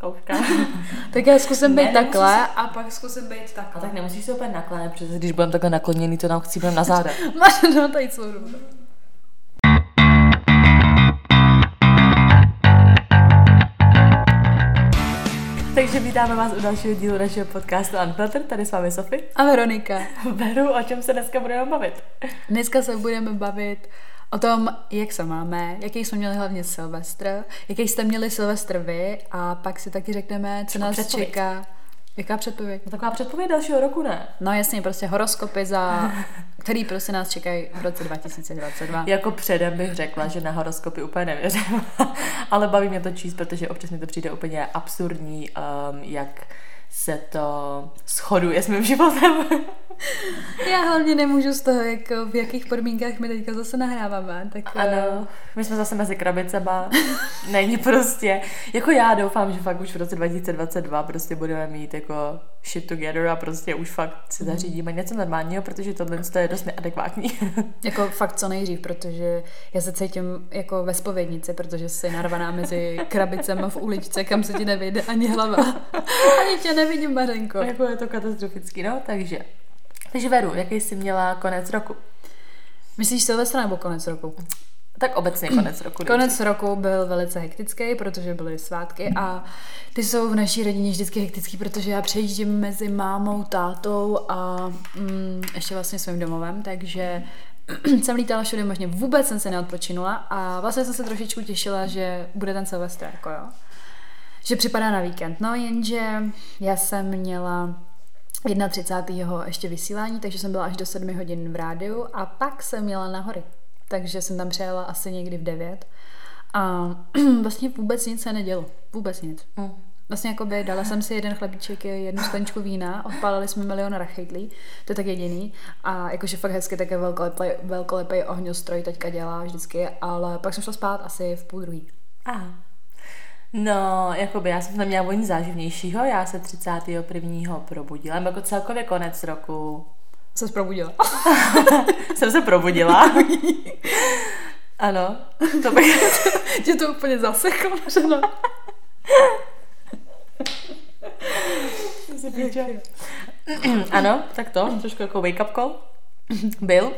Zkouška. Tak já zkusím být takhle a pak zkusím být takhle. A tak nemusíš se úplně naklánět, protože když budeme takhle nakloněný, to nám chcíme na záda. No, tady celou dobu. Takže vítáme vás u dalšího dílu našeho podcastu Unfiltered. Tady s vámi Sofie. A Veronika. Veru, o čem se dneska budeme bavit? Dneska se budeme bavit o tom, jak se máme, jaký jsme měli hlavně Silvestr, jaký jste měli Silvestr vy a pak si taky řekneme, co nás čeká. Jaká předpověď? No, taková předpověď dalšího roku, ne? No jasně, prostě horoskopy, který prostě nás čekají v roce 2022. Jako předem bych řekla, že na horoskopy úplně nevěřím, ale baví mě to číst, protože občas mi to přijde úplně absurdní, jak se to shoduje s mým životem. Já hlavně nemůžu z toho, jako v jakých podmínkách my teďka zase nahráváme. Tak, ano, my jsme zase mezi krabicema. Není prostě. Jako já doufám, že fakt už v roce 2022 prostě budeme mít jako shit together a prostě už fakt si zařídíme něco normálního, protože tohle je dost neadekvátní. Jako fakt co nejdřív, protože já se cítím jako ve zpovědnici, protože jsi narvaná mezi krabicema v uličce, kam se ti nevyjde ani hlava. Ani tě nevidím, Mařenko. Jako je to katastrofický, no, takže Veru, jaký jsi měla konec roku? Myslíš Silvestra nebo konec roku? Tak obecně konec roku. Konec roku byl velice hektický, protože byly svátky a ty jsou v naší rodině vždycky hektický, protože já přejíždím mezi mámou, tátou a ještě vlastně svým domovem, takže jsem lítala všude možně, vůbec jsem se neodpočinula a vlastně jsem se trošičku těšila, že bude ten Silvestr, jako jo. Že připadá na víkend. No jenže já jsem měla 31. ještě vysílání, takže jsem byla až do 7 hodin v rádiu a pak jsem jela na hory. Takže jsem tam přijela asi někdy v 9 a vlastně vůbec nic se nedělo. Vůbec nic. Vlastně jakoby dala jsem si jeden chlebíček, jednu skleničku vína, odpálili jsme milion rachejtlí, to je tak jediný. A jakože fakt hezky také velkolepý ohňostroj teďka dělá vždycky, ale pak jsem šla spát asi v 12:30. Aha. No, jakoby já jsem tam měla o nic záživnějšího, já se 31. probudila, jako celkově konec roku. Jsem se probudila. Jsem se probudila. Ano. To bych... Tě to úplně zaseklo, žena. Ano, tak to, trošku jako wake up call. Byl.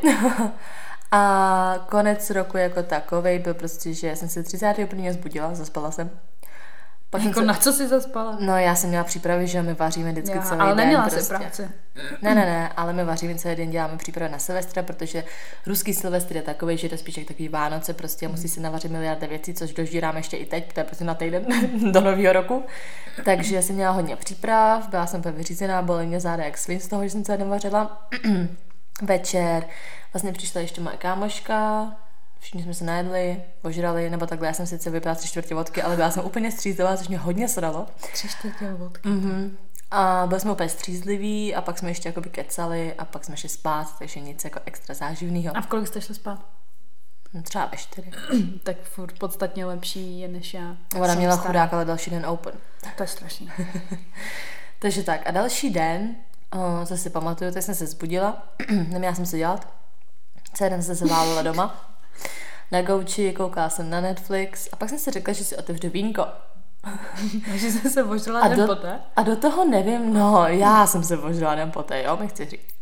A konec roku jako takovej byl prostě, že jsem se 31. zbudila, zaspala jsem. Pak jako na co jsi zaspala? No já jsem měla přípravy, že my vaříme vždycky celý den. Ale neměla prostě. jsi práci. Ne, ale my vaříme celý den, děláme přípravy na Silvestra, protože ruský Silvestr je takový, že je to spíš jak takový Vánoce, prostě musí se navařit miliardy věcí, což dožírám ještě i teď, to je prostě na týden do nového roku. Takže jsem měla hodně příprav, byla jsem úplně vyřízená, bolely mě záda jak svin z toho, že jsem celý den vařila. Večer vlastně přišla ještě moje kámoška, všichni jsme se najedli, ožrali, nebo takhle, já jsem sice vypila 3/4 vodky, ale byla jsem úplně střízlivá, což mě hodně sralo. 3/4 vodky. A byli jsme úplně střízliví a pak jsme ještě jakoby kecali a pak jsme šli spát, takže nic jako extra záživného. A v kolik jste šli spát? Třeba ve 4. Tak furt podstatně lepší je než já. Ona měla chudák, ale další den open. To je strašný. Takže tak a další den, co si pamatuju, tak jsem se zbudila, neměla jsem se dělat, celý den jsem se válila doma, na gauči, koukala jsem na Netflix a pak jsem si řekla, že si otevřu vínko. Že jsem se ožrala den poté? A do toho nevím, no já jsem se ožrala den poté, jo, mi chci říct.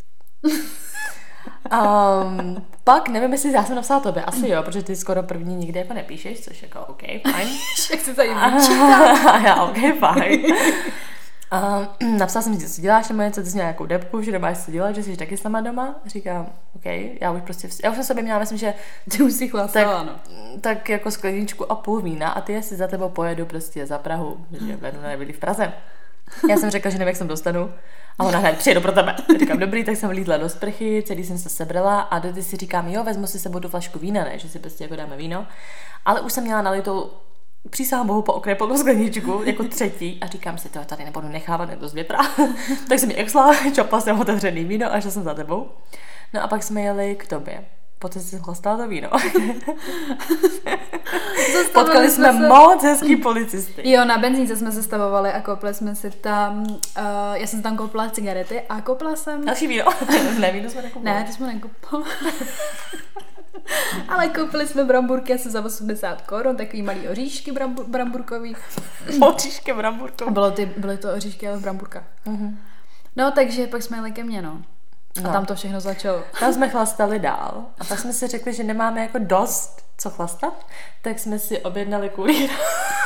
Pak nevím, jestli já jsem napsala tobě, asi jo, protože ty skoro první nikdy jako nepíšeš, což jako OK, fajn. Jak si tady vyčítá. Já, OK, fajn. Napsala jsem si, co děláš, nebo něco, ty jsi měla nějakou debku, že nemáš co dělat, že jsi taky sama doma. Říkám, OK, já už jsem sobě měla, myslím, že ty už si chlastala, no. Tak jako skleničku a půl vína a ty si za tebou pojedu prostě za Prahu, že Venu nebyli v Praze. Já jsem řekla, že nevím, jak jsem dostanu a ona hned přijedu pro tebe. Říkám, dobrý, tak jsem vlítla do sprchy, celý jsem se sebrala a doty si říkám, jo, vezmu si sebou tu flašku vína, ne, že si prostě jako dáme víno. Ale už jsem měla nalitou, přísahám Bohu, po okně plnou skleničku, jako třetí a říkám si, to tady nebudu nechávat jen z větra. Tak jsem ji exla, čopla jsem otevřený víno a šla jsem za tebou. No a pak jsme jeli k tobě. Poté jsem chlastala to víno. Potkali jsme moc hezký policisty. Jo, na benzínce jsme se stavovali a koupili jsme si tam, já jsem tam koupila cigarety a koupila jsem... Další víno. Ne, víno jsme nekupovali. Ne, to jsme nekupovali. Ale koupili jsme bramburky asi za 80 korun, takový malý oříšky bramburkový. Oříšky bramburkový. Byly to oříšky, ale v bramburkách. No, takže pak jsme jeli ke mně, no. A tam to všechno začalo. Tam jsme chlastali dál. A pak jsme si řekli, že nemáme jako dost co chlastat, tak jsme si objednali kurýra.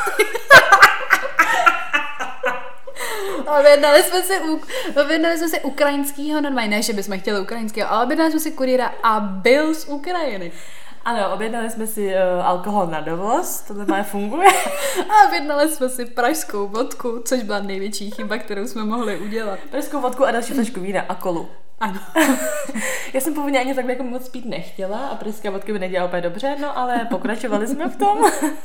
Objednali jsme si ukrajinskýho, normálně ne, že bychom chtěli ukrajinského, ale objednali jsme si kurýra a byl z Ukrajiny. Ano, objednali jsme si alkohol na dovoz, tohle má funguje. A objednali jsme si pražskou vodku, což byla největší chyba, kterou jsme mohli udělat. Pražskou vodku a další flašku vína a kolu. Ano. Já jsem původně ani takhle jako moc pít nechtěla a pražská vodka by nedělala úplně dobře, no ale pokračovali jsme v tom.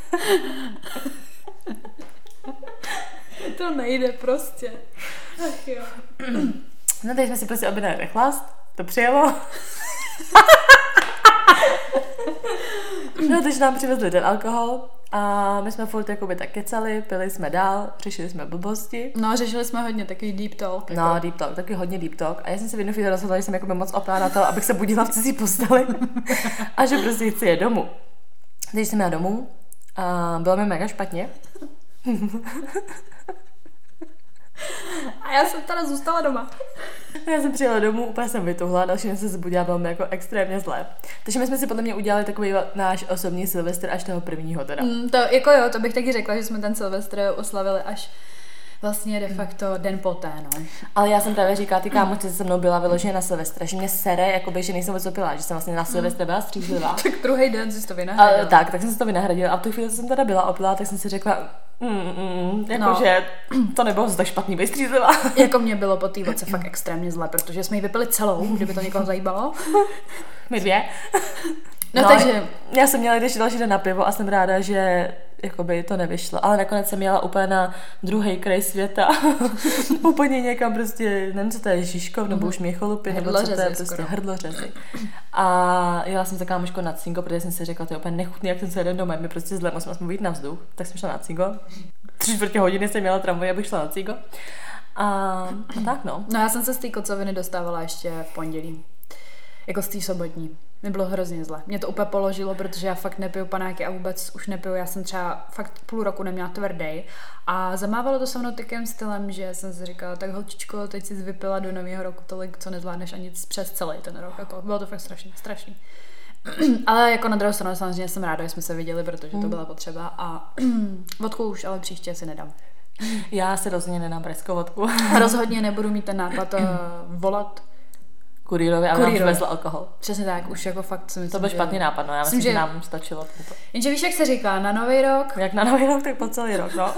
To nejde prostě. Ach jo. No teď jsme si prostě objednali rechlast, to přijelo. No, takže nám přivezli ten alkohol a my jsme furt jakoby tak kecali, pili jsme dál, řešili jsme blbosti. No, řešili jsme hodně takový deep talk. Jako. No, deep talk, taky hodně deep talk. A já jsem si v jednu chvíli rozhodla, že jsem jakoby moc opná na to, abych se budila v cizí posteli a že prostě chci jet domů. Takže jsem jela domů a bylo mi mega špatně. A já jsem teda zůstala doma. Já jsem přijela domů, úplně jsem vytuhla, další den jsem se zbudila, bylo mi jako extrémně zlé. Takže my jsme si podle mě udělali takový náš osobní Silvestr až toho prvního teda. To jako jo, to bych taky řekla, že jsme ten Silvestr oslavili až vlastně de facto den poté, no. Ale já jsem právě říkala, ty kámošce se mnou byla vyloženě na Silvestra, že mě sere, jakoby, že nejsem moc opilá, že jsem vlastně na Silvestra byla střízlivá. Tak druhý den jsi to vynahradila. Tak jsem si to vynahradila a v tu chvíli, co jsem teda byla opilá, tak jsem si řekla, jakože to nebylo tak špatný, být střízlivá. Jako mě bylo po té vodce fakt extrémně zle, protože jsme ji vypili celou, kdyby to někoho zajímalo. My dvě. No takže... Já jsem měla když další den na pivo a jsem ráda, že jakoby to nevyšlo, ale nakonec jsem jela úplně na druhý kraj světa. Úplně někam prostě, nevím, co to je, Žižkov nebo už Měcholupy, nebo co to je, prostě Hrdlořezy. A jela jsem za kámoškou na Cingo, protože jsem si řekla, to je úplně nechutný, jak ten se jeden doma, mi prostě zle, musím být na vzduch, tak jsem šla na Cingo. 3/4 hodiny jsem měla tramvaj, abych šla na Cingo. A tak no. No já jsem se z té kocoviny dostávala ještě v pondělí. Jako z té sobotní. Mi bylo hrozně zle. Mě to úplně položilo, protože já fakt nepiju panáky a vůbec už nepiju. Já jsem třeba fakt půl roku neměla tvrdý a zamávalo to se mnou takým stylem, že jsem si říkala, tak holčičko, teď jsi vypila do nového roku tolik, co nezvládneš ani přes celý ten rok. Jako, bylo to fakt strašný. Ale jako na druhou stranu samozřejmě jsem ráda, že jsme se viděli, protože to byla potřeba a vodku už ale příště si nedám. Já si rozhodně nedám pražskou vodku. Rozhodně nebudu mít ten nápad volat kurýrovi, aby nám přivezl alkohol. Přesně tak, už jako fakt si myslím, to byl špatný nápad, no já myslím, že nám stačilo to. Jenže víš, jak se říká, na nový rok? Jak na nový rok, tak po celý rok, no.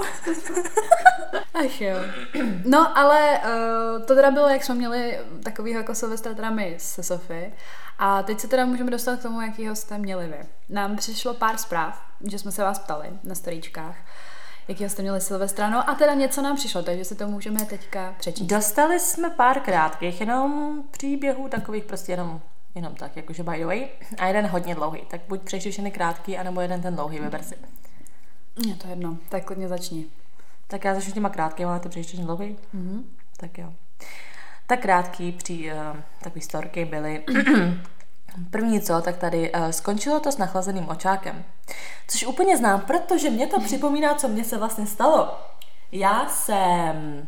Ach jo. No, ale to teda bylo, jak jsme měli takovýho jako Silvestra teda my se Sofie. A teď se teda můžeme dostat k tomu, jakýho jste měli vy. Nám přišlo pár zpráv, že jsme se vás ptali na storíčkách, jakýho jste měli Silvestra, no a teda něco nám přišlo, takže si to můžeme teďka přečíst. Dostali jsme pár krátkých, jenom příběhů takových prostě jenom tak, jakože by the way, a jeden hodně dlouhý, tak buď přečteš jeden krátký, anebo jeden ten dlouhý, vyber si. Je to jedno, tak klidně začni. Tak já začnu těma krátkými, ale ty přečteš ten dlouhý? Tak jo. Tak krátký takový storky byly... První co, tak tady skončilo to s nachlazeným očákem. Což úplně znám, protože mě to připomíná, co mně se vlastně stalo. Já jsem...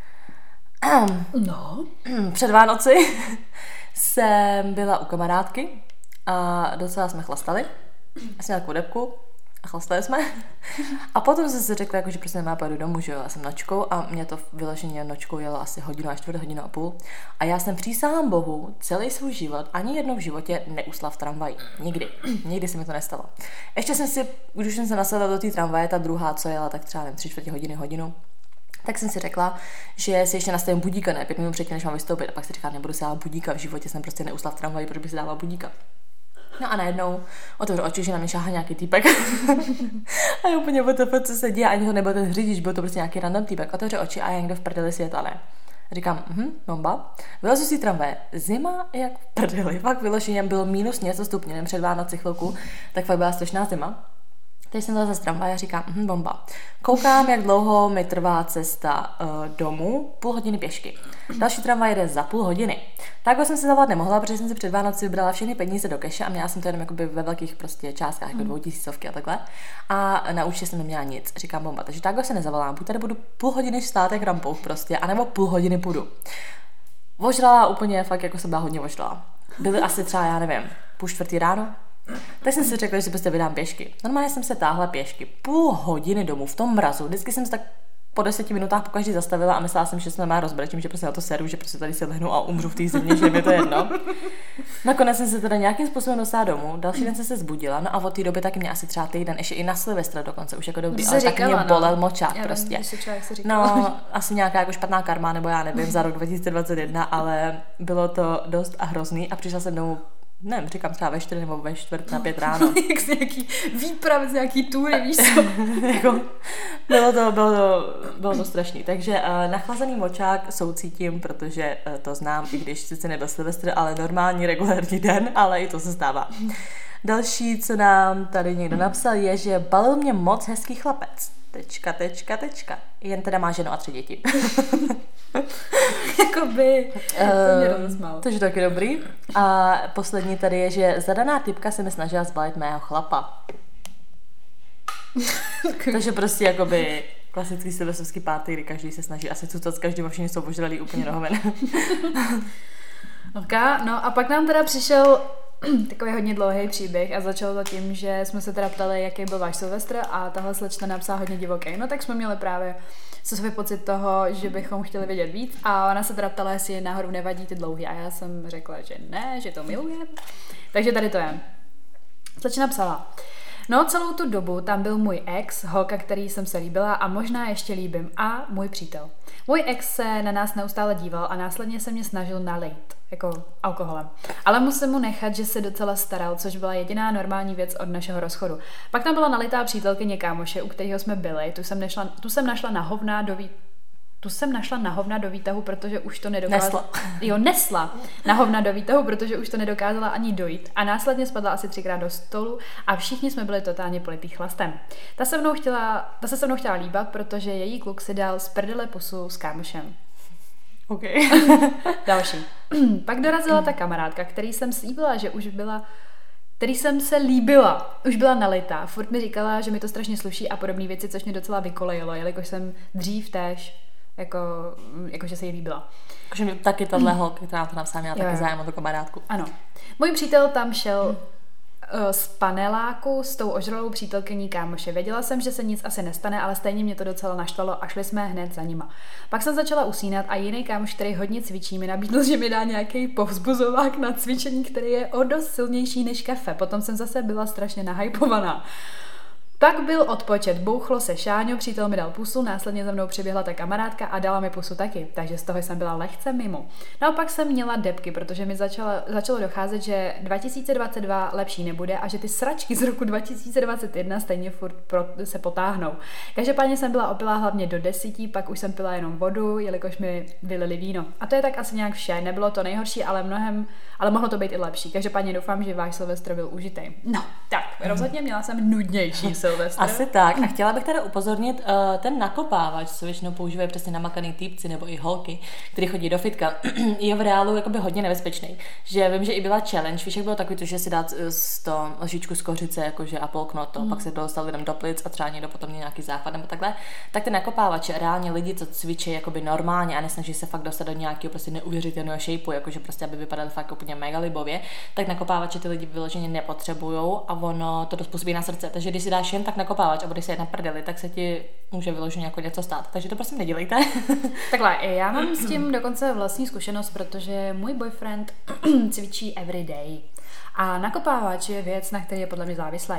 před Vánoci jsem byla u kamarádky a docela jsme chlastali. Já jsem měla takovou debku a chlastali jsme. A potom jsem si řekla, jako, že prostě nemá pojdu domů, že jo, já jsem nočkou a mě to vyloženě nočkou jelo asi hodinu až 4 hodinu a půl. A já jsem přísahám Bohu celý svůj život, ani jednou v životě neusla v tramvaji. Nikdy se mi to nestalo. Ještě jsem si, když jsem se nasedla do té tramvaje, ta druhá, co jela, tak třeba 3/4 hodinu, tak jsem si řekla, že si ještě nastavím budíka, ne 5 minut předtím, než mám vystoupit. A pak si říká, nebudu si dávat budíka, v životě jsem prostě neusla v tramvaji, protože bych si dával budíka. No a najednou otevřu oči, že na mě šáhá nějaký týpek. A je úplně co se děje, ani to nebyl ten řidič, byl to prostě nějaký random týpek. Otevřu oči a já někdo v prdeli světla, ne. Říkám, bomba. Vylezu si tramvaje, zima jak v prdeli, fakt vyloženě bylo minus něco stupně, před Vánoci chvilku, tak fakt byla strašná zima. Teď jsem zase z tramvaje a říkám, bomba. Koukám, jak dlouho mi trvá cesta domů, 0,5 hodiny pěšky. Další tramvaj jede za 0,5 hodiny. Tak jsem si zavolat nemohla, protože jsem si před Vánoci vybrala všechny peníze do keše a měla jsem to jenom jakoby ve velkých prostě částkách, jako 2000 a takhle. A na účtě jsem neměla nic. Říkám bomba. Takže tak se nezavolám. Buď tady budu 0,5 hodiny stát jak rampouch prostě, anebo 0,5 hodiny půjdu. Ožrala úplně, fakt jako jsem byla hodně ožrala. Byly asi třeba, já nevím, 3:30 ráno. Tak jsem si řekla, že si prostě vydám pěšky. Normálně jsem se táhla pěšky 0,5 hodiny domů v tom mrazu. Vždycky jsem se tak po 10 minutách pokaždý zastavila a myslela jsem, že se má rozbrečím, že prostě na to seru, že prostě tady si lehnu a umřu v té zimě, že mi to jedno. Nakonec jsem se teda nějakým způsobem dostala domů, další den jsem se zbudila, no a od té doby taky mě asi třeba týden, ještě i na Silvestra dokonce, už jako dobrý, ale tak mě bolel močák prostě. No, asi nějaká jako špatná karma, nebo já nevím, za rok 2021, ale bylo to dost a hrozný a přišla jsem domů. Nevím, říkám třeba ve 4 nebo ve 4:45 ráno. Jak z nějaký výpravy, z nějaký túry, víš co? Jako, bylo to strašný. Takže nachlazený močák soucítím, protože to znám, i když sice nebyl Silvestr, ale normální regulární den, ale i to se stává. Další, co nám tady někdo napsal, je, že balil mě moc hezký chlapec. Tečka. Jen teda má ženu a 3 děti. Jakoby. To mě rozesmálo. Takže taky dobrý. A poslední tady je, že zadaná typka se mi snažila zbalit mého chlapa. Takže prostě jakoby klasický silvestrovský párty, kdy každý se snaží asi cucat s každým a všichni jsou ožralí úplně do hovin. No a pak nám teda přišel takový hodně dlouhý příběh a začalo to tím, že jsme se teda ptali, jaký byl váš Silvestr a tahle slečna napsala hodně divoký. No tak jsme měli právě svůj pocit toho, že bychom chtěli vědět víc a ona se teda ptala, jestli náhodou nevadí ty dlouhý a já jsem řekla, že ne, že to milujem. Takže tady to je. Slečna psala: no celou tu dobu tam byl můj ex, holka, který jsem se líbila a možná ještě líbím, a můj přítel. Můj ex se na nás neustále díval a následně se mě snažil nalejt, jako alkoholem. Ale musím mu nechat, že se docela staral, což byla jediná normální věc od našeho rozchodu. Pak tam byla nalitá přítelkyně kámoše, u kterého jsme byli, tu jsem našla na hovna do výtahu, protože už to nedokázala. Nesla na hovna do výtahu, protože už to nedokázala ani dojít. A následně spadla asi 3krát do stolu a všichni jsme byli totálně politý chlastem. Ta se se mnou chtěla líbat, protože její kluk si dal z prdele pusu s kámošem. Okay. Další. Pak dorazila ta kamarádka, který jsem se líbila. Už byla nalitá. Furt mi říkala, že mi to strašně sluší a podobné věci, což mě docela vykolejilo, jelikož jsem dřív též jakože se jí líbila. Jakože mě taky tahle holka, která to napsala, měla taky zájem o tu kamarádku. Ano. Můj přítel tam šel z paneláku s tou ožralou přítelkyní kámoše. Věděla jsem, že se nic asi nestane, ale stejně mě to docela naštvalo a šli jsme hned za nima. Pak jsem začala usínat a jiný kámoš, který hodně cvičí, mi nabídl, že mi dá nějaký povzbuzovák na cvičení, který je o dost silnější než kafe. Potom jsem zase byla strašně nahypovaná. Pak byl odpočet, bouchlo se Šáňo, přítel mi dal pusu, následně za mnou přiběhla ta kamarádka a dala mi pusu taky, takže z toho jsem byla lehce mimo. Naopak jsem měla depky, protože mi začalo docházet, že 2022 lepší nebude a že ty sračky z roku 2021 stejně furt se potáhnou. Každopádně jsem byla opilá hlavně do 10, pak už jsem pila jenom vodu, jelikož mi vylili víno. A to je tak asi nějak vše, nebylo to nejhorší, ale mohlo to být i lepší. Každopádně doufám, že váš Silvestr byl užitej. No, tak, rozhodně měla jsem nudnější Silvestr. Asi tak. A chtěla bych tady upozornit, ten nakopávač, co většinou používají přesně namakaný týpci nebo i holky, který chodí do fitka, je v reálu jakoby hodně nebezpečný. Že vím, že i byla challenge, víš, jak bylo takový to, že si dát lžičku z kořice, jakože a polknout to, pak se to dostal lidem do plic a třeba někdo potom měl nějaký záchvat nebo takhle. Tak ten nakopávač, reálně lidi, co cvičí jakoby normálně a nesnaží se fakt dostat do nějakého prostě neuvěřitelného shapeu, jakože prostě aby vypadali fakt úplně mega libově, tak nakopávače ty lidi vyloženě nepotřebujou a ono to dost působí na srdce. Takže když si dáš jen tak nakopávač a budeš se jet na prdeli, tak se ti může vyloženě jako něco stát. Takže to prosím nedělejte. Takhle, já mám s tím dokonce vlastní zkušenost, protože můj boyfriend cvičí every day. A nakopávač je věc, na který je podle mě závislý.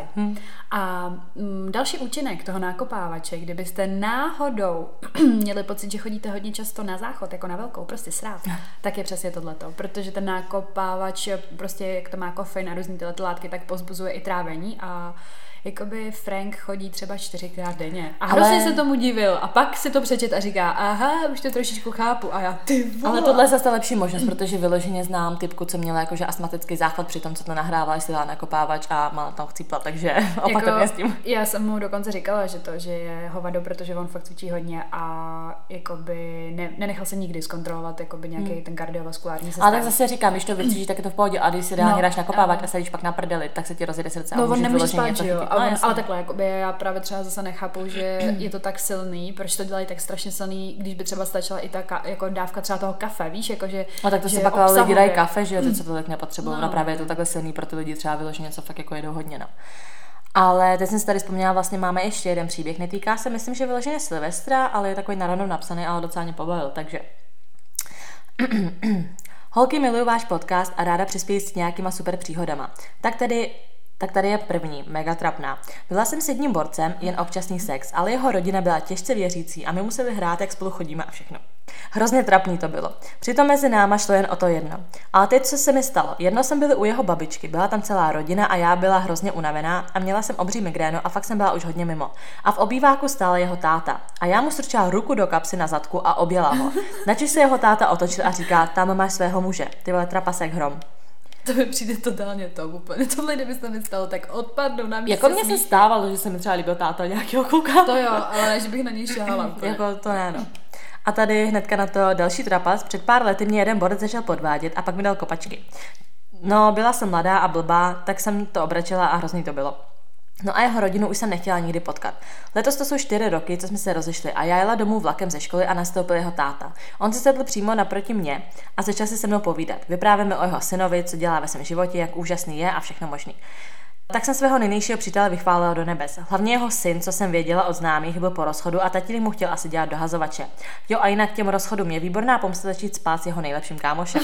A další účinek toho nakopávače, kdybyste náhodou měli pocit, že chodíte hodně často na záchod, jako na velkou, prostě srát, tak je přesně tohleto. Protože ten nakopávač, prostě jak to má kofein a různý tyhle látky, tak pozbuzuje i trávení a jakoby Frank chodí třeba 4krát denně. A hrozně se tomu divil. A pak si to přečet a říká, aha, už to trošičku chápu. A já, ty vole. Ale tohle je zase lepší možnost, protože vyloženě znám typku, co měla jakože astmatický záchvat při tom, co to nahrává, si dala nakopávač a má tam chcíplat, takže opatrně s tím. Já jsem mu dokonce říkala, že je hovado, protože on fakt cvičí hodně a jakoby nenechal se nikdy zkontrolovat jakoby nějaký ten kardiovaskulární systém. Ale tak zase říkám, když to vycvičíš, tak je to v pohodě, a když si reálně dáš nakopávat a sedíš pak na prdeli, tak se ti rozjede srdce. No, on nemůže spát, že jo. Ale takhle, jakoby já právě třeba zase nechápu, že je to tak silný, proč to dělají tak strašně silný, když by třeba stačila i ta jako dávka třeba toho kafe, víš, jakože. No tak to si pak lidi dají kafe, že jo, teď se to tak nepotřebují. No právě je to takhle silný pro ty lidi, třeba vyloženě něco fakt jako jedou hodně, no. Ale teď jsem si tady vzpomněla, vlastně máme ještě jeden příběh, netýká se, myslím, že vyloženě Silvestra, ale je takový na random napsaný, ale docela mě pobavil, takže. Holky, miluju váš podcast a ráda přispěji s nějakýma super příhodama. Tak tady je první, mega trapná. Byla jsem s jedním borcem, jen občasný sex, ale jeho rodina byla těžce věřící a my museli hrát, jak spolu chodíme a všechno. Hrozně trapný to bylo. Přitom mezi náma šlo jen o to jedno. Ale teď, co se mi stalo? Jedno jsem byla u jeho babičky, byla tam celá rodina a já byla hrozně unavená a měla jsem obří migrénu a fakt jsem byla už hodně mimo. A v obýváku stál jeho táta. A já mu strčila ruku do kapsy na zadku a objela ho. Načež se jeho táta otočil a říká, tam máš svého muže, ty vole trapasek hrom. To mi přijde totálně to úplně. Tohle, kdyby se to nestalo, tak odpadnu na místě. Jako mně se stávalo, že se mi třeba líbil táta nějakého kluka. To jo, ale že bych na něj šahala. Jako to ne, no. A tady hnedka na to další trapas. Před pár lety mě jeden borec začal podvádět a pak mi dal kopačky. No, byla jsem mladá a blbá, tak jsem to obračila a hrozný to bylo. No a jeho rodinu už jsem nechtěla nikdy potkat. Letos to jsou 4 roky, co jsme se rozešli a já jela domů vlakem ze školy a nastoupil jeho táta. On se sedl přímo naproti mě a začal si se mnou povídat. Vyprávěl mi o jeho synovi, co dělá ve svém životě, jak úžasný je a všechno možný. Tak jsem svého nejnejšího přítele vychválila do nebes. Hlavně jeho syn, co jsem věděla od známých, byl po rozchodu a tatínek mu chtěl asi dělat dohazovače. Jo, a jinak k těm rozchodům je výborná pomsta začít spát s jeho nejlepším kámošem.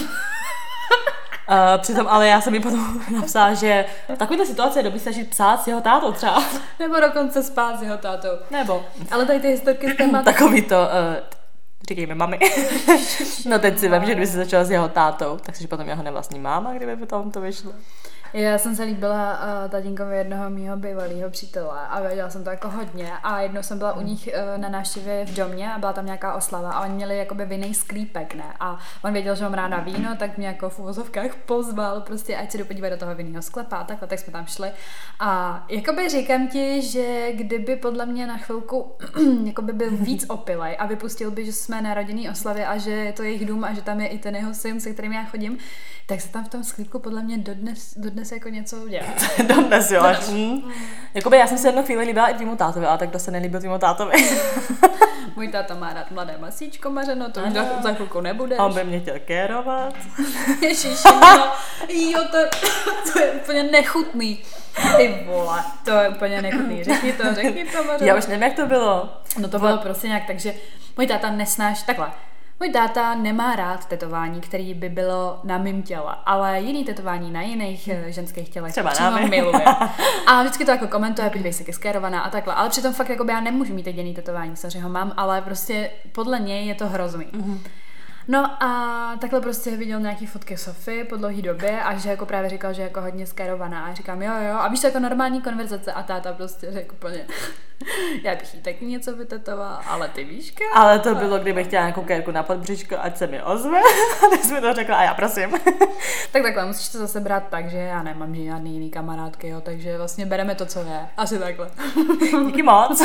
Přitom ale já jsem mi potom napsala, že v takovéto situaci je dobrý snažit psát s jeho tátou třeba. Nebo dokonce spát s jeho tátou. Nebo. Ale tady ty historky z tématu. Takový to, říkejme mami. No teď si vem, že kdyby se začala s jeho tátou, tak si potom jeho nevlastní máma, kdyby potom to vyšlo. Já jsem se líbila tatínkovi jednoho mýho bývalého přítele a věděla jsem to jako hodně a jednou jsem byla u nich na návštěvě v domě a byla tam nějaká oslava a oni měli jakoby vinný sklípek, ne? A on věděl, že mám ráda víno, tak mě jako v uvozovkách pozval prostě, ať se jdu podívat do toho vinného sklepa a takhle, tak jsme tam šli a jakoby říkám ti, že kdyby podle mě na chvilku jakoby byl víc opilej a vypustil by, že jsme na rodinný oslavě a že je to jejich dům a že tam je i ten jeho syn, se kterým já chodím, tak se tam v tom sklípku podle mě dodnes jako něco dělá. Dodnes, jo. Jakoby já jsem se jednu chvíli líbila i tvýmu tátovi, ale tak kdo se nelíbil tvýmu tátovi. Můj táta má rád mladé masíčko mařeno, to už za chvilku nebudeš. On by mě chtěl kérovat. Ježiši, jo, to je úplně nechutný. Ty vole, to je úplně nechutný. Řekni to mařeno. Já už nevím, jak to bylo. No to bylo prostě nějak, takže můj táta takhle. Můj táta nemá rád tetování, který by bylo na mým těle, ale jiný tetování na jiných ženských tělech třeba přímo miluje. A vždycky to jako komentuje, podívej se, keskérovaná a takhle. Ale přitom fakt jako já nemůžu mít jediný tetování, samozřejmě ho mám, ale prostě podle něj je to hrozný. Mm-hmm. No a takhle prostě viděl nějaký fotky Sofy po dlouhý době a že jako právě říkal, že je jako hodně skérovaná a říkám jo a víš to jako normální konverzace a táta prostě řekl úplně já bych jí taky něco vytetovala, ale ty víš ke? Ale to bylo, kdybych chtěla nějakou kérku na podbřičko, ať se mi ozve, a ty jsi mi to řekla a já prosím. Tak takhle, musíš to zase brát tak, že já nemám žádný jiný kamarádky, jo, takže vlastně bereme to, co je, asi takhle. Díky moc.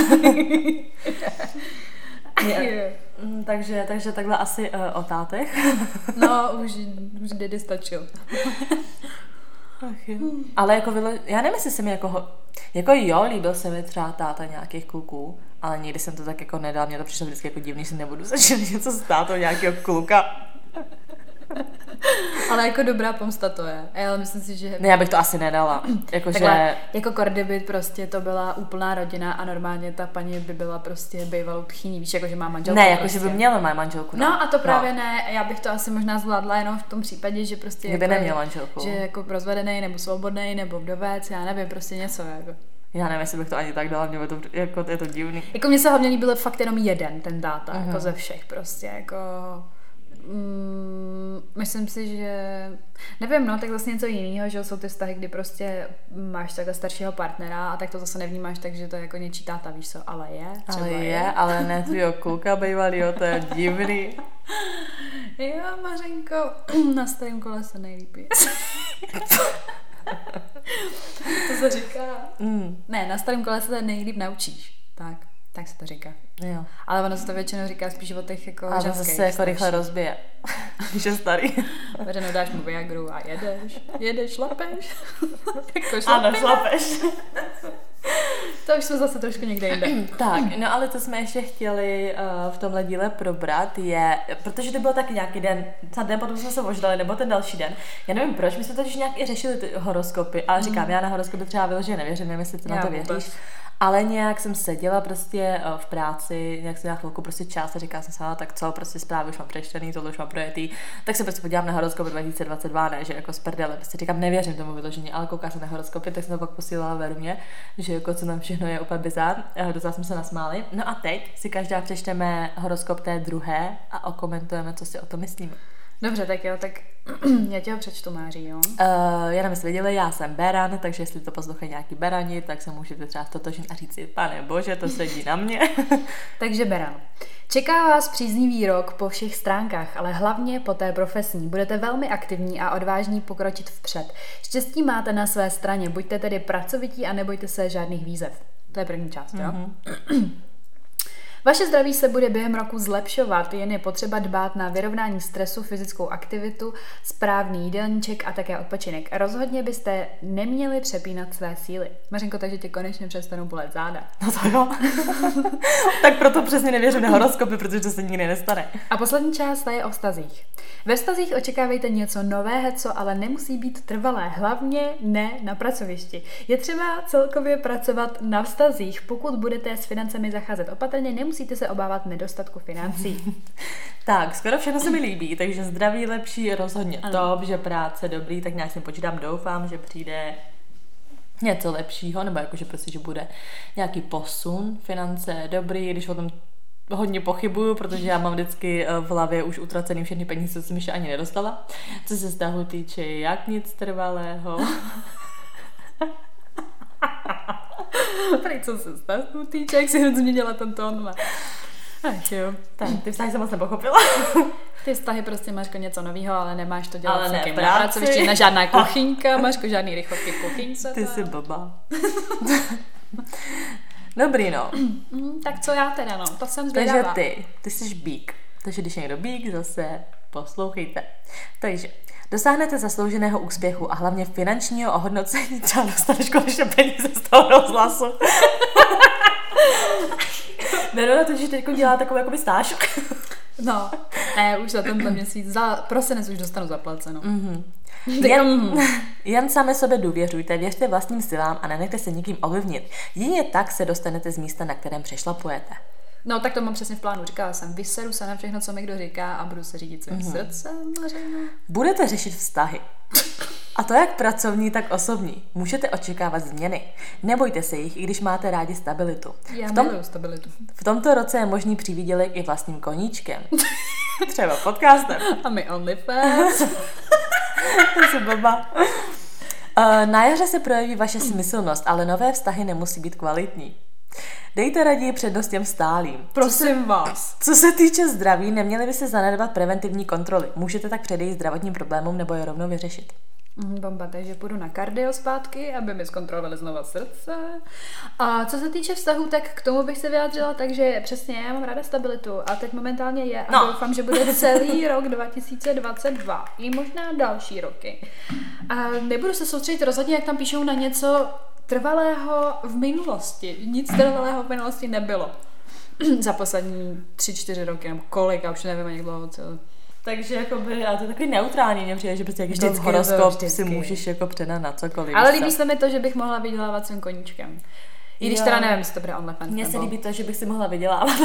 Takže takhle asi o tátech. No, už dědy stačil. Ach jo. Ale jako já nevím, jestli se mi jako jo, líbil se mi třeba táta nějakých kluků, ale nikdy jsem to tak jako nedal, mně to přišlo vždycky jako divný, že nebudu začít něco s tátou nějakého kluka. Ale jako dobrá pomsta to je. Ale myslím si, že... Ne, já bych to asi nedala. Takhle, jako Kordyby prostě to byla úplná rodina a normálně ta paní by byla prostě bývalou tchýní. Víš, jako že má manželku. Ne, jako prostě. že by měla má manželku. No a to právě ne. Já bych to asi možná zvládla jenom v tom případě, že prostě... Kdyby jako neměl manželku. Že jako rozvedený nebo svobodný nebo vdovec, já nevím, prostě něco jako. Já nevím, jestli bych to ani tak dala, mě to, jako, je to divný. Jako mně se hlavně líbil fakt jenom jeden ten táta, jako ze všech prostě, jako... Myslím si, že nevím, no, tak vlastně něco jiného, že jsou ty vztahy, kdy prostě máš takhle staršího partnera a tak to zase nevnímáš, takže to je jako něčí táta, víš co, ale je, třeba ale ne tvýho kluka bývalýho, to je divný. Jo, Mařenko, na starém kole se nejlíp je. To se říká. Ne, na starém kole se nejlíp naučíš, tak se to říká. Jo. Ale ono se to většinou říká spíš o těch jako ženských. Ale zase jako rychle rozbije, když je starý. Veřejnou dáš mu Viagru a jedeš, šlapeš. Jako šlapeš. Ano, šlapeš. To už jsme zase trošku někde jinde. Tak, no ale co jsme ještě chtěli v tomhle díle probrat je, protože to byl taky nějaký den, ten den potom jsme se moždali, nebo ten další den. Já nevím proč, my jsme totiž nějak i řešili ty horoskopy, ale říkám, já na horoskopy třeba vyloženě nevěřím, nevím, jestli ty na to věříš. Ale nějak jsem seděla prostě v práci, nějak jsem na chvilku prostě čas a říkala jsem se, tak co, prostě zprávy už mám přečtený, tohle už mám projetý, tak se prostě podívám na horoskop 2022, ne, že jako z prdele, prostě říkám, nevěřím tomu vyložení, ale koukám se na horoskopy, tak jsem to pak posílala Verumě, že jako co tam všechno je úplně bizár, docela jsme se nasmáli. No a teď si každá přečteme horoskop té druhé a okomentujeme, co si o tom myslíme. Dobře, tak jo, tak já tě ho přečtu, Máří, jo? Já nevím, jestli viděli, já jsem beran, takže jestli to poslouchají nějaký berani, tak se můžete třeba stotožnit a říct si, pane bože, to sedí na mě. Takže beran. Čeká vás příznivý rok po všech stránkách, ale hlavně po té profesní. Budete velmi aktivní a odvážní pokročit vpřed. Štěstí máte na své straně, buďte tedy pracovití a nebojte se žádných výzev. To je první část, jo? Vaše zdraví se bude během roku zlepšovat, jen je potřeba dbát na vyrovnání stresu, fyzickou aktivitu, správný jídelníček a také odpočinek. Rozhodně byste neměli přepínat své síly. Mařenko, takže tě konečně přestanou bolet záda. No to jo. Tak proto přesně nevěřím na horoskopy, protože to se nikdy nestane. A poslední část je o vztazích. Ve vztazích očekávejte něco nového, co ale nemusí být trvalé, hlavně ne na pracovišti. Je třeba celkově pracovat na vztazích, pokud budete s financemi zacházet opatrně, nemusíte se obávat nedostatku financí. Tak, skoro všechno se mi líbí, takže zdraví lepší rozhodně top, že práce dobrý, tak nějak si počítám, doufám, že přijde něco lepšího, nebo jakože prostě, že bude nějaký posun, finance dobrý, když o tom hodně pochybuju, protože já mám vždycky v hlavě už utracený všechny peníze, co jsem ještě ani nedostala. Co se vztahu týče, jak nic trvalého. Prý co se vztahu týče, jak si hned změnila ten tón. Ach jo. Tak, ty vztahy jsem moc nepochopila. Ty vztahy prostě, Mařko, něco novýho, ale nemáš to dělat ale s někým na pracovišti, na žádná kuchyňka, Mařko, žádný rychlovky v kuchyňce. Ty jsi blbá. Dobrý, no. Tak co já teda, no, to jsem zvědavá. Takže ty jsi bík. Takže když je někdo bík, zase poslouchejte. Takže dosáhnete zaslouženého úspěchu a hlavně finančního ohodnocení, třeba dostaneš konečně peníze z toho rozhlasu. Verona totiž teď dělá takovou jakoby stáž. No, ne, už za tento měsíc, za prosinec už dostanu zaplaceno. Jen sami sobě důvěřujte, věřte vlastním silám a nenechte se nikým ovlivnit. Jedině tak se dostanete z místa, na kterém přešlapujete. No, tak to mám přesně v plánu. Říkala jsem, vyseru se na všechno, co mi kdo říká a budu se řídit svým srdcem. Budete řešit vztahy. A to jak pracovní, tak osobní. Můžete očekávat změny. Nebojte se jich, i když máte rádi stabilitu. Já miluju stabilitu. V tomto roce je možný přívidělek i vlastním koníčkem. Třeba podcastem. A my OnlyFans. To se blbá. Na jaře se projeví vaše smyslnost, ale nové vztahy nemusí být kvalitní. Dejte raději přednost těm stálým. Prosím vás. Co se týče zdraví, neměli by se zanedbat preventivní kontroly. Můžete tak předejít zdravotním problémům nebo je rovnou vyřešit. Bomba, takže půjdu na kardio zpátky, aby mi zkontrolovali znova srdce. A co se týče vztahu, tak k tomu bych se vyjádřila, takže přesně, já mám ráda stabilitu a teď momentálně je a doufám, že bude celý rok 2022 i možná další roky. A nebudu se soustředit rozhodně, jak tam píšou, na něco trvalého v minulosti. Nic trvalého v minulosti nebylo. Za poslední 3-4 roky, nebo kolik, a už nevím, jak dlouho celé. Takže jakoby, ale to je takový neutrální, mě přijde, že prostě jak to horoskop si můžeš jako předat na cokoliv. Ale líbí se mi to, že bych mohla vydělávat svým koníčkem. I když teda nevím, jestli to bude OnlyFans. Mně se líbí to, že bych si mohla vydělávat.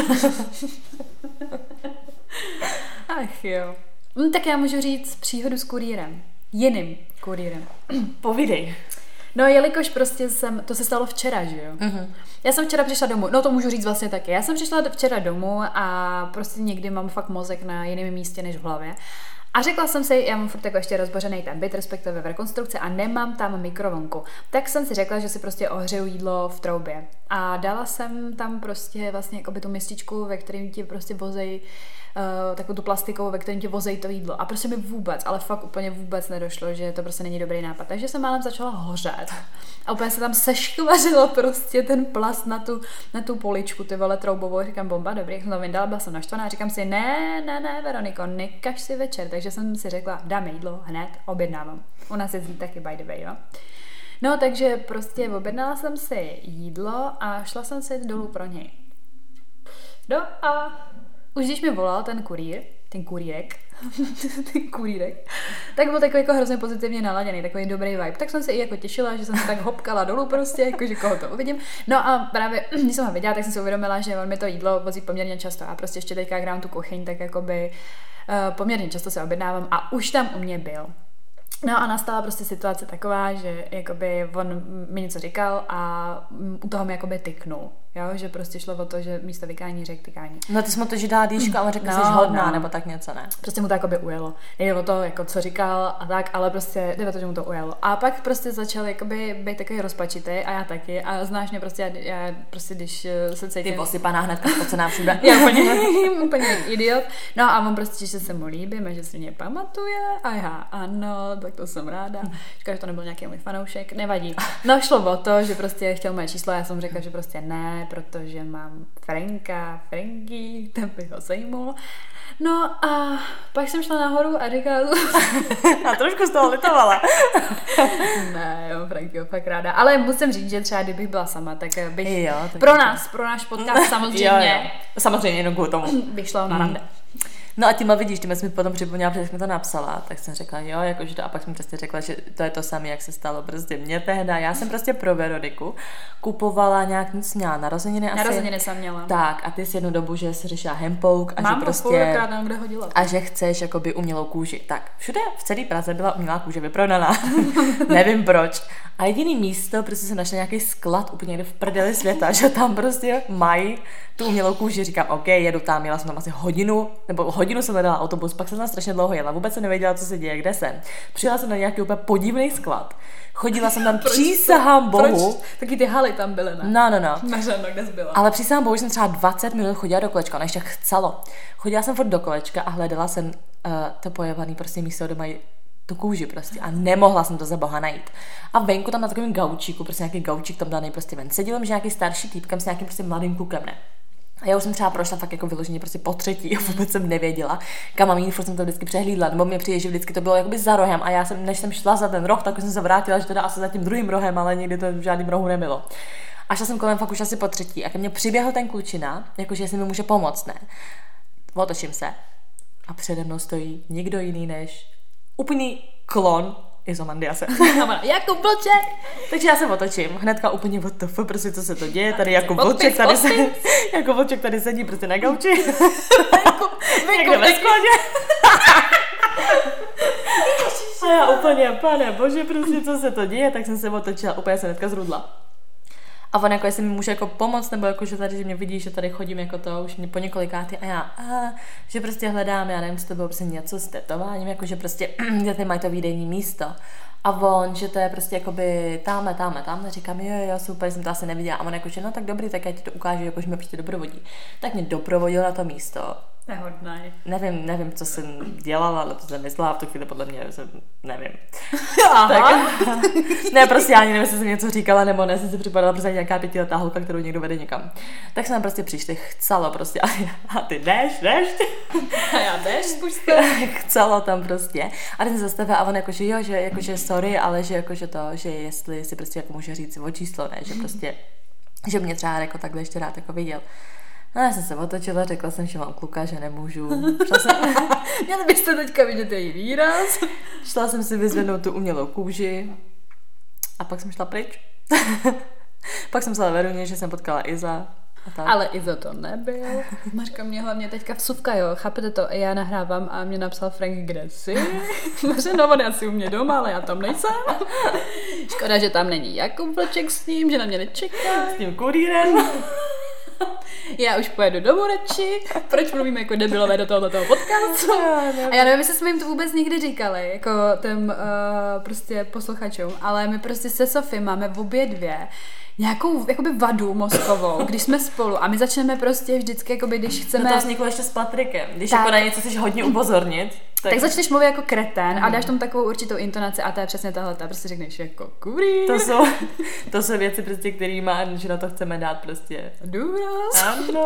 Ach jo. Tak já můžu říct příhodu s kurýrem. Jiným kurýrem. Povídej. No, jelikož prostě to se stalo včera, že jo? Mm-hmm. Já jsem včera přišla domů, no to můžu říct vlastně taky. Já jsem přišla včera domů a prostě někdy mám fakt mozek na jiném místě než v hlavě. A řekla jsem si, já mám furt jako ještě rozbořený ten byt, respektive v rekonstrukci a nemám tam mikrovlnku. Tak jsem si řekla, že si prostě ohřeju jídlo v troubě. A dala jsem tam prostě vlastně jakoby tu mističku, ve kterém ti prostě vozejí takovou tu plastikovou, ve kterém ti vozejí to jídlo. A prostě mi vůbec, ale fakt úplně vůbec nedošlo, že to prostě není dobrý nápad. Takže jsem málem začala hořet. A úplně se tam seškvařilo prostě ten plast na tu poličku, ty vole troubovou. Říkám, bomba, dobrý, jak jsem to vyndala, byla jsem naštvaná. Říkám si, ne, Veroniko, nekaž si večer. Takže jsem si řekla, dáme jídlo, hned objednávám. U nás je taky by the way, jo. No, takže prostě objednala jsem si jídlo a šla jsem si dolů pro něj. No a už když mi volal ten kurýrek, tak byl takový jako hrozně pozitivně naladěný, takový dobrý vibe. Tak jsem se i jako těšila, že jsem se tak hopkala dolů prostě, jakože koho to uvidím. No a právě, když jsem ho viděla, tak jsem si uvědomila, že on mi to jídlo vozí poměrně často a prostě ještě teďka grám tu kuchyň, tak jakoby poměrně často se objednávám a už tam u mě byl. No a nastala prostě situace taková, že jakoby on mi něco říkal a u toho mi jakoby tyknul, jo, že prostě šlo o to, že místo vykání řekl tykání. No ty jsi mu to, že dá dýšku a on řekl, že jsi hodná, nebo tak něco, ne? Prostě mu to jakoby ujelo. Nejde o to, jako co říkal a tak, ale prostě jde o to, že mu to ujelo. A pak prostě začal jakoby být takový rozpačitý a já taky a znáš mě prostě, já prostě když se cítím... Ty posypaná hnedka spocená všude. Já úplně idiot. No a on prostě, že se mu líbím, že si mě pamatuje a já ano, tak to jsem ráda. Říkala, že to nebyl nějaký můj fanoušek, nevadí. No šlo o to, že prostě chtěl moje číslo a já jsem řekla, že prostě ne, protože mám Franky, ten bych ho sejmul. No a pak jsem šla nahoru a říkala... A trošku z toho litovala. Ne, jo, Frankyho fakt ráda. Ale musím říct, že třeba kdybych byla sama, tak bych tak pro náš podcast samozřejmě. Jo. Samozřejmě jenom kvůli tomu. Bych šla na rande. No a tím vidíš, tím jsi mi potom připomněla, protože jsi mi to napsala, tak jsem řekla, jo, jakože to, a pak jsem prostě řekla, že to je to samé, jak se stalo prostě mně tehda. Já jsem prostě pro Veroniku kupovala nějak nic měla narozeniny. Narozeniny jsem měla. Tak a ty jsi jednu dobu, že jsi řešila hempouk a mám že prostě kde hodila. A že chceš jakoby umělou kůži. Tak všude v celé Praze byla umělá kůže vyprodaná. Nevím proč. A jediný místo, prostě jsem našla nějaký sklad úplně někde v prdeli světa, že tam prostě mají tu umělou kůži. Říkám, OK, jedu tam, jela jsem tam asi hodinu jsem hledala autobus, pak jsem tam strašně dlouho jela, vůbec jsem nevěděla, co se děje, kde jsem. Přijela jsem na nějaký úplně podivný sklad. Chodila jsem tam, přísahám Bohu. Proč? Taky ty haly tam byly, ne? No. Mařeno, kde jsi byla? Ale přísahám Bohu, že jsem třeba 20 minut chodila do kolečka, ona ještě chcelo. Chodila jsem furt do kolečka a hledala jsem to pojebaný prostě místo, kde mají tu kůži prostě a nemohla jsem to za boha najít. A venku tam na takovém gaučíku, prostě nějaký gaučík tam daný prostě ven. Seděl, že nějaký starší týpkem s nějakým prostě mladým klukem, ne? A já už jsem třeba prošla fakt jako vyloženě prostě po třetí, vůbec jsem nevěděla, kam mám jít, furt jsem to vždycky přehlídla, nebo mě přijde, že vždycky to bylo jakoby za rohem a já jsem, než jsem šla za ten roh, tak jsem se vrátila, že teda asi za tím druhým rohem, ale nikdy to v žádným rohu nebylo. A šla jsem kolem fakt už asi po třetí a ke mně přiběhl ten klučina, jakože jestli mi může pomoct, ne. Otočím se a přede mnou stojí nikdo jiný než úplný klon Izomandiase. Jakub Vlček! Takže já se otočím, hnedka úplně WTF, prostě co se to děje, tady Jakub Vlček tady sedí prostě na gauči. Někde ve skladě. A já úplně, pane bože, prostě co se to děje, tak jsem se otočila, úplně se hnedka zrudla. A on jako, jestli mi může jako pomoct, nebo jako, že tady, že mě vidí, že tady chodím jako to už mě po několikáty a já, že prostě hledám, já nevím, co to bylo, prostě něco s tetováním, jako, že prostě, kde tady mají to výdejní místo. A on, že to je prostě jakoby tamhle, říkám, jo, super, jsem to asi neviděla. A on jako, že no tak dobrý, tak já ti to ukážu, jako, že mě prostě doprovodí. Tak mě doprovodil na to místo. Nehodnej. Nevím, co jsem dělala, ale to jsem myslela, v tu chvíli podle mě jsem, nevím. Tak, ne, prostě já ani nevím, jestli jsem něco říkala, nebo ne, jsem si připadala prostě nějaká 5letá holka, kterou někdo vede někam. Tak jsme prostě přišli, chcelo prostě, a ty jdeš. A já jdeš, spušte. Chcelo tam prostě. A ten zastavil a on jakože jo, že jakože sorry, ale že jakože to, že jestli si prostě jako může říct o číslo, ne, že prostě, že mě třeba jako takhle ještě rád jako viděl. No já jsem se otočila, řekla jsem, že mám kluka, že nemůžu. Měli byste teďka vidět její výraz. Šla jsem si vyzvednout tu umělou kůži a pak jsem šla pryč. Pak jsem psala Veruně, že jsem potkala Iza Ale Izo to nebyl. Mařka mě hlavně teďka vsuvka, jo, chápete to? Já nahrávám a mě napsal Frank, kde jsi? Maře, on asi u mě doma, ale já tam nejsem. Škoda, že tam není Jakub Vlček s ním, že na mě nečeká. S tím kurýrem. Já už pojedu domů radši. Proč mluvíme jako debilové do tohoto podcastu? A já nevím, jestli jsme jim to vůbec někdy říkali, jako těm prostě posluchačům, ale my prostě se Sofie máme v obě dvě nějakou jakoby vadu mozkovou, když jsme spolu a my začneme prostě vždycky, jakoby, když chceme... No to vzniklo ještě s Patrikem. Když jako na něco chceš hodně upozornit, tak začneš mluvit jako kreten a dáš tomu takovou určitou intonaci a to je přesně tahle, prostě řekneš jako kurý. To jsou věci prostě, který má, že na to chceme dát prostě důraz. Ano.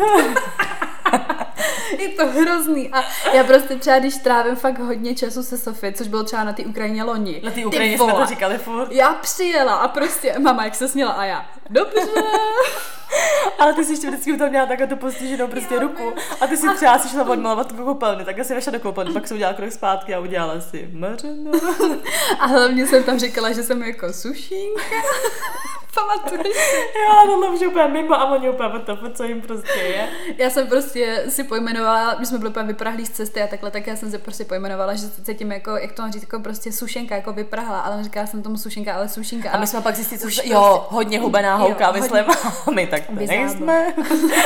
Je to hrozný a já prostě třeba, když trávím fakt hodně času se Sofie, což bylo třeba na té Ukrajině loni. Na té Ukrajině jsme to říkali furt. Já přijela a prostě, mama, jak se směla a já, dobře. Ale ty jsi ještě vždycky tam měla takhle tu postiženou prostě ruku a ty si třeba si šla odmalovat tu koupelny, tak asi vešla do koupelny, pak si udělala krok zpátky a udělala si Mařeno. A hlavně jsem tam říkala, že jsem jako sušínka. Pamatuješ si? Jo, tohle už je úplně mimo a oni úplně to, co jim prostě je. Já jsem prostě si pojmenovala, když jsme byli úplně vyprahlí z cesty a takhle, tak já jsem se prostě pojmenovala, že se cítím jako, jak to mám říct, jako prostě sušenka, jako vyprahla, ale říkala jsem tomu sušenka, ale sušenka. A my jsme pak zjistili, co jo, hodně hubená holka, jo, myslím, my tak to nejsme.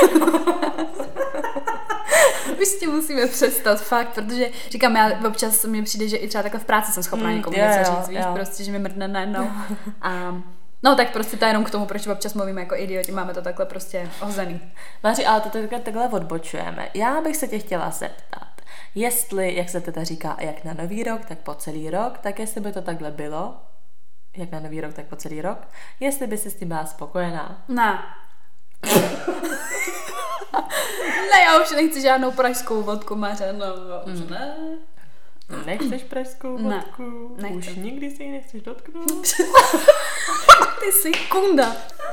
Už s tím musíme přestat, fakt, protože říkám, já občas mi přijde, že i třeba takhle v práci jsem schopná někomu něco říct, víš, prostě, že mi mrdne najednou. A no tak prostě to je jenom k tomu, proč občas mluvíme jako idioti, máme to takhle prostě ohozený. Máři, ale to takhle odbočujeme. Já bych se tě chtěla zeptat, jestli, jak se teda říká, jak na nový rok, tak po celý rok, tak jestli by to takhle bylo, jak na nový rok, tak po celý rok, jestli by si s tím byla spokojená. Ne. Ne, já už nechci žádnou pražskou vodku, Mařeno, už ne. Nechceš pražskou vodku? Ne, už nikdy si ji nechceš dotknout? Ty jsi kunda.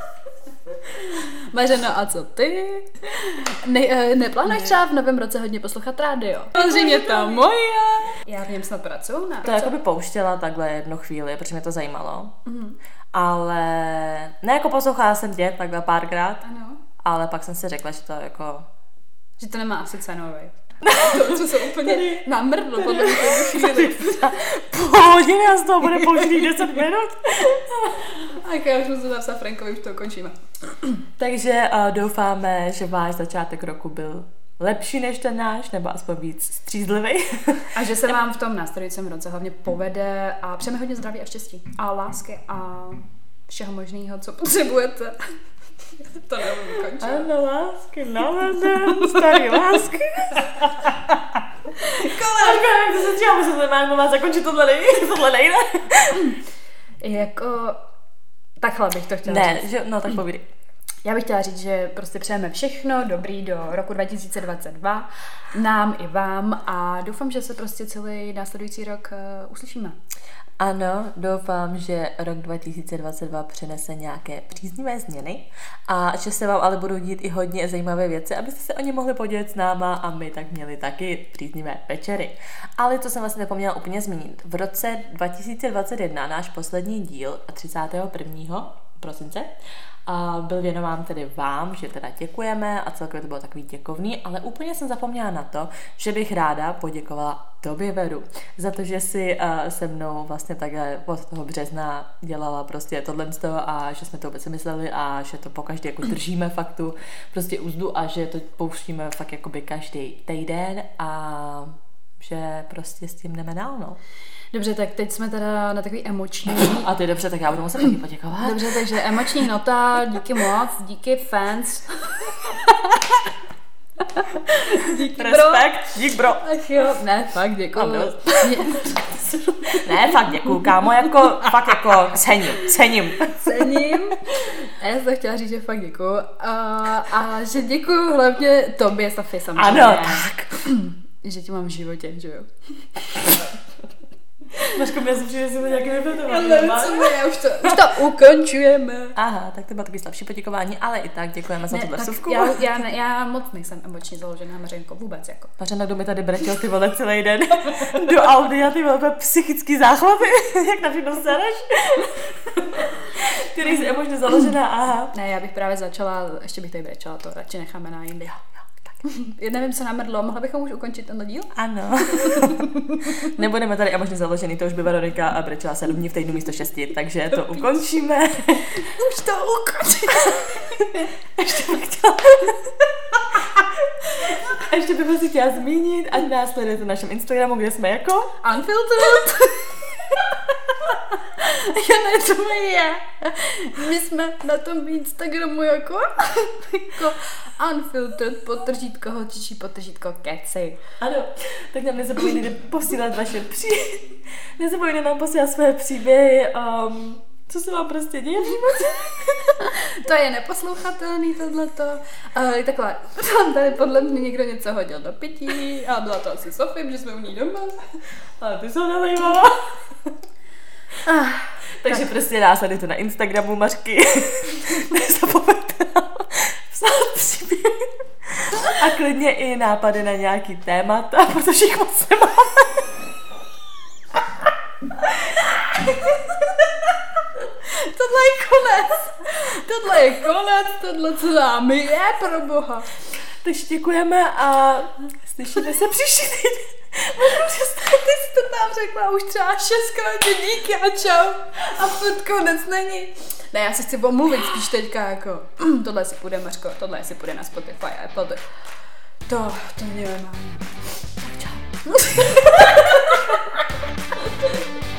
Mařeno, a co ty? Neplánuješ třeba v novém roce hodně poslouchat rádio? Samozřejmě ta moje. Já v něm snad pracuju, ne? To jako by pouštěla takhle jednu chvíli, protože mě to zajímalo. Ale ne, jako poslouchala jsem tě takhle párkrát. Ano. Ale pak jsem si řekla, že to jako... Že to nemá asi cenový. To, co se úplně namrdlo podle mě chvíli. Půl hodiny a z toho bude použitý 10 minut. Tak já už musím napsat Frankovi, už to končíme. Takže doufáme, že váš začátek roku byl lepší než ten náš, nebo aspoň víc střízlivý. A že se vám v tom následujícím roce hlavně povede a přejeme hodně zdraví a štěstí. A lásky a všeho možného, co potřebujete. To nebudu končit. Ano, lásky, naledem, starý lásky. Koláčka, jak to se třeba, musím to má zakončit, tohle nejde. Jako, takhle bych to chtěla říct. Že, no tak povídej. Já bych chtěla říct, že prostě přejeme všechno dobrý do roku 2022, nám i vám a doufám, že se prostě celý následující rok uslyšíme. Ano, doufám, že rok 2022 přinese nějaké příznivé změny a že se vám ale budou dít i hodně zajímavé věci, abyste se o ně mohli podělit s náma a my tak měli taky příznivé večery. Ale to jsem vlastně zapomněla úplně zmínit. V roce 2021 náš poslední díl 31. prosince a byl věnován tedy vám, že teda děkujeme a celkově to bylo takový děkovný, ale úplně jsem zapomněla na to, že bych ráda poděkovala tobě, Veru, za to, že si se mnou vlastně takhle od toho března dělala prostě tohle z toho a že jsme to vůbec mysleli a že to pokaždé jako držíme fakt tu prostě úzdu a že to pouštíme fakt jakoby každý týden a že prostě s tím jdeme dál, no. Dobře, tak teď jsme teda na takový emoční. A ty dobře, tak já budu muset taky poděkovat. Dobře, takže emoční nota, díky moc, díky fans. Díky respekt, dík bro. Ach jo, ne, fakt děkuju. Ne, fakt děkuju, kámo, jako, fakt jako cením. A já jsem chtěla říct, že fakt děkuju. A že děkuju hlavně tobě, Sofie, samozřejmě. Ano, tak. Že tě mám v životě, že jo. Mařko, mě se přijde, že jsme nějaký vypětování. Já už to ukončujeme. Aha, tak to bylo taky slabší poděkování, ale i tak děkujeme za tuhle vsuvku. Já moc nejsem emočně založená, Mařenko, vůbec jako. Mařena, kdo mi tady brečel ty vole celý den do Audi a ty vole psychický záchvaty, jak na všechno sereš. Ty nejsi emočně založená, aha. Ne, já bych právě začala, ještě bych tady brečela, to radši necháme na jindy. Já nevím, co nám mrdlo, mohla bychom už ukončit ten díl? Ano. Nebudeme tady emočně založený, to už by Veronika a brečela 7 dní v týdnu místo 6, takže to ukončíme. Už to ukončíme. Ještě bych si chtěla zmínit, ať nás sledujete na našem Instagramu, kde jsme jako Unfiltered. Já ne, to je. My jsme na tom Instagramu jako Unfiltered _hočičí_ keci. Ano, tak nám nezapomeňte posílat nezapomeňte nám posílat své příběhy, co se vám prostě děje v životě. To je neposlouchatelný tohleto. Takhle, tam tady podle mě někdo něco hodil do pití a byla to asi Sofie, že jsme u ní doma. Ale ty jsou nalejvala. Takže prostě následujte na Instagramu Mařky. Nezapomeňte nám psát příběhy. A klidně i nápady na nějaký témata, protože jich moc nemáme. Tohle je konec, tohle co námi je, pro boha. Takže děkujeme a slyšíme se příští týden. Ty jsi to tam řekla už třeba 6krát, že díky a čau. A furt konec není. Ne, já se chci omluvit spíš teďka jako, tohle si půjde, Mařko, tohle si půjde na Spotify a Apple. To nevím. Tak čau.